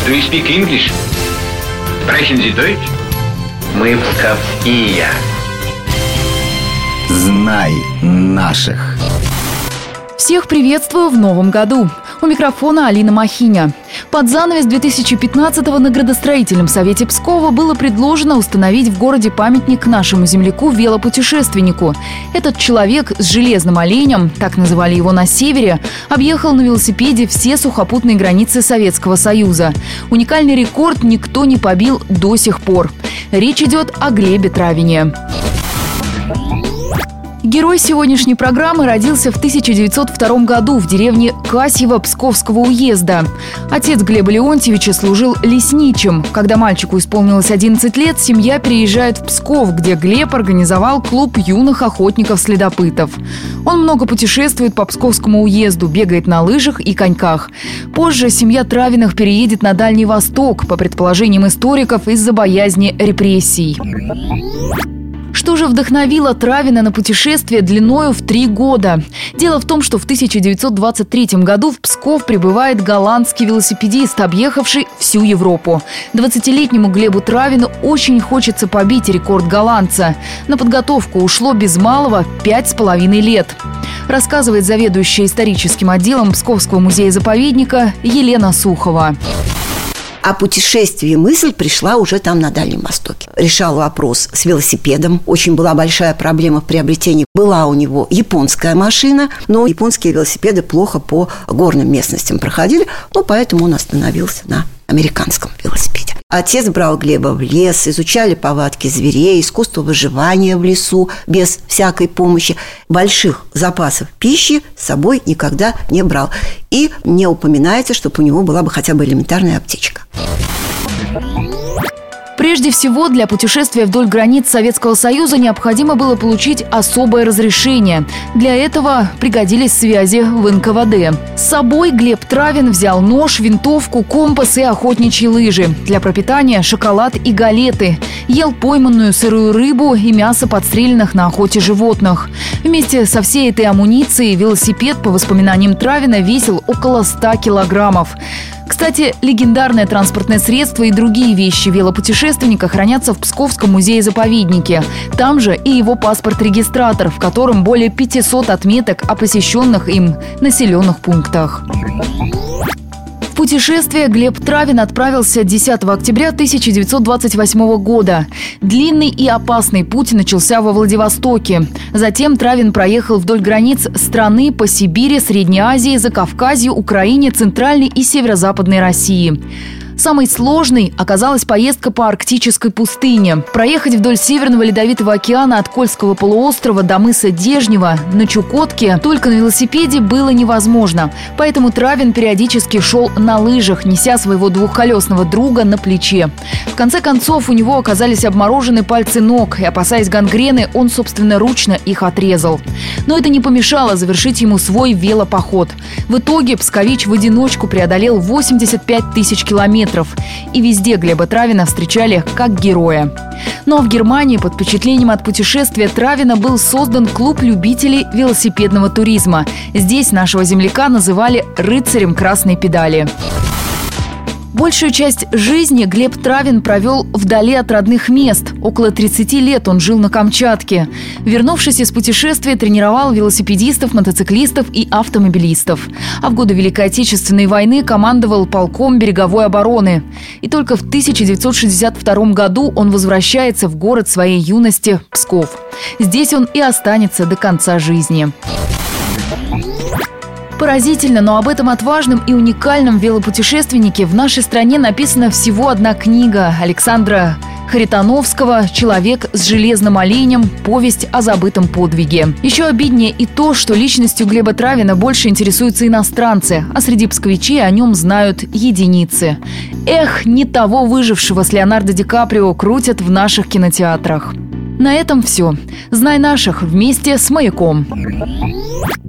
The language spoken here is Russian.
Do you speak English? Sprechen Sie Deutsch? Мы псковские. Знай наших. Всех приветствую в новом году. У микрофона Алина Махиня. Под занавес 2015-го на градостроительном совете Пскова было предложено установить в городе памятник нашему земляку-велопутешественнику. Этот человек с железным оленем, так называли его на севере, объехал на велосипеде все сухопутные границы Советского Союза. Уникальный рекорд никто не побил до сих пор. Речь идет о Глебе Травине. Герой сегодняшней программы родился в 1902 году в деревне Касьево Псковского уезда. Отец Глеба Леонтьевича служил лесничим. Когда мальчику исполнилось 11 лет, семья переезжает в Псков, где Глеб организовал клуб юных охотников-следопытов. Он много путешествует по Псковскому уезду, бегает на лыжах и коньках. Позже семья Травиных переедет на Дальний Восток, по предположениям историков, из-за боязни репрессий. Что же вдохновило Травина на путешествие длиною в 3 года? Дело в том, что в 1923 году в Псков прибывает голландский велосипедист, объехавший всю Европу. 20-летнему Глебу Травину очень хочется побить рекорд голландца. На подготовку ушло без малого 5,5 лет. Рассказывает заведующая историческим отделом Псковского музея-заповедника Елена Сухова. О путешествии мысль пришла уже там, на Дальнем Востоке. Решал вопрос с велосипедом. Очень была большая проблема в приобретении. Была у него японская машина, но японские велосипеды плохо по горным местностям проходили, поэтому он остановился на американском велосипеде. Отец брал Глеба в лес, изучали повадки зверей, искусство выживания в лесу без всякой помощи. Больших запасов пищи с собой никогда не брал. И не упоминается, чтобы у него была бы хотя бы элементарная аптечка. Прежде всего, для путешествия вдоль границ Советского Союза необходимо было получить особое разрешение. Для этого пригодились связи в НКВД. С собой Глеб Травин взял нож, винтовку, компас и охотничьи лыжи. Для пропитания шоколад и галеты. Ел пойманную сырую рыбу и мясо подстреленных на охоте животных. Вместе со всей этой амуницией велосипед, по воспоминаниям Травина, весил около 100 килограммов. Кстати, легендарное транспортное средство и другие вещи велопутешественника хранятся в Псковском музее-заповеднике. Там же и его паспорт-регистратор, в котором более 500 отметок о посещенных им населенных пунктах. В путешествие Глеб Травин отправился 10 октября 1928 года. Длинный и опасный путь начался во Владивостоке. Затем Травин проехал вдоль границ страны по Сибири, Средней Азии, Закавказью, Украине, Центральной и Северо-Западной России. Самой сложной оказалась поездка по арктической пустыне. Проехать вдоль Северного Ледовитого океана от Кольского полуострова до мыса Дежнева на Чукотке только на велосипеде было невозможно. Поэтому Травин периодически шел на лыжах, неся своего двухколесного друга на плече. В конце концов, у него оказались обморожены пальцы ног, и, опасаясь гангрены, он собственноручно их отрезал. Но это не помешало завершить ему свой велопоход. В итоге пскович в одиночку преодолел 85 тысяч километров. И везде Глеба Травина встречали как героя. Ну а в Германии под впечатлением от путешествия Травина был создан клуб любителей велосипедного туризма. Здесь нашего земляка называли «рыцарем красной педали». Большую часть жизни Глеб Травин провел вдали от родных мест. Около 30 лет он жил на Камчатке. Вернувшись из путешествия, тренировал велосипедистов, мотоциклистов и автомобилистов. А в годы Великой Отечественной войны командовал полком береговой обороны. И только в 1962 году он возвращается в город своей юности – Псков. Здесь он и останется до конца жизни. Поразительно, но об этом отважном и уникальном велопутешественнике в нашей стране написана всего одна книга Александра Харитоновского «Человек с железным оленем. Повесть о забытом подвиге». Еще обиднее и то, что личностью Глеба Травина больше интересуются иностранцы, а среди псковичей о нем знают единицы. Эх, не того выжившего с Леонардо Ди Каприо крутят в наших кинотеатрах. На этом все. Знай наших вместе с «Маяком».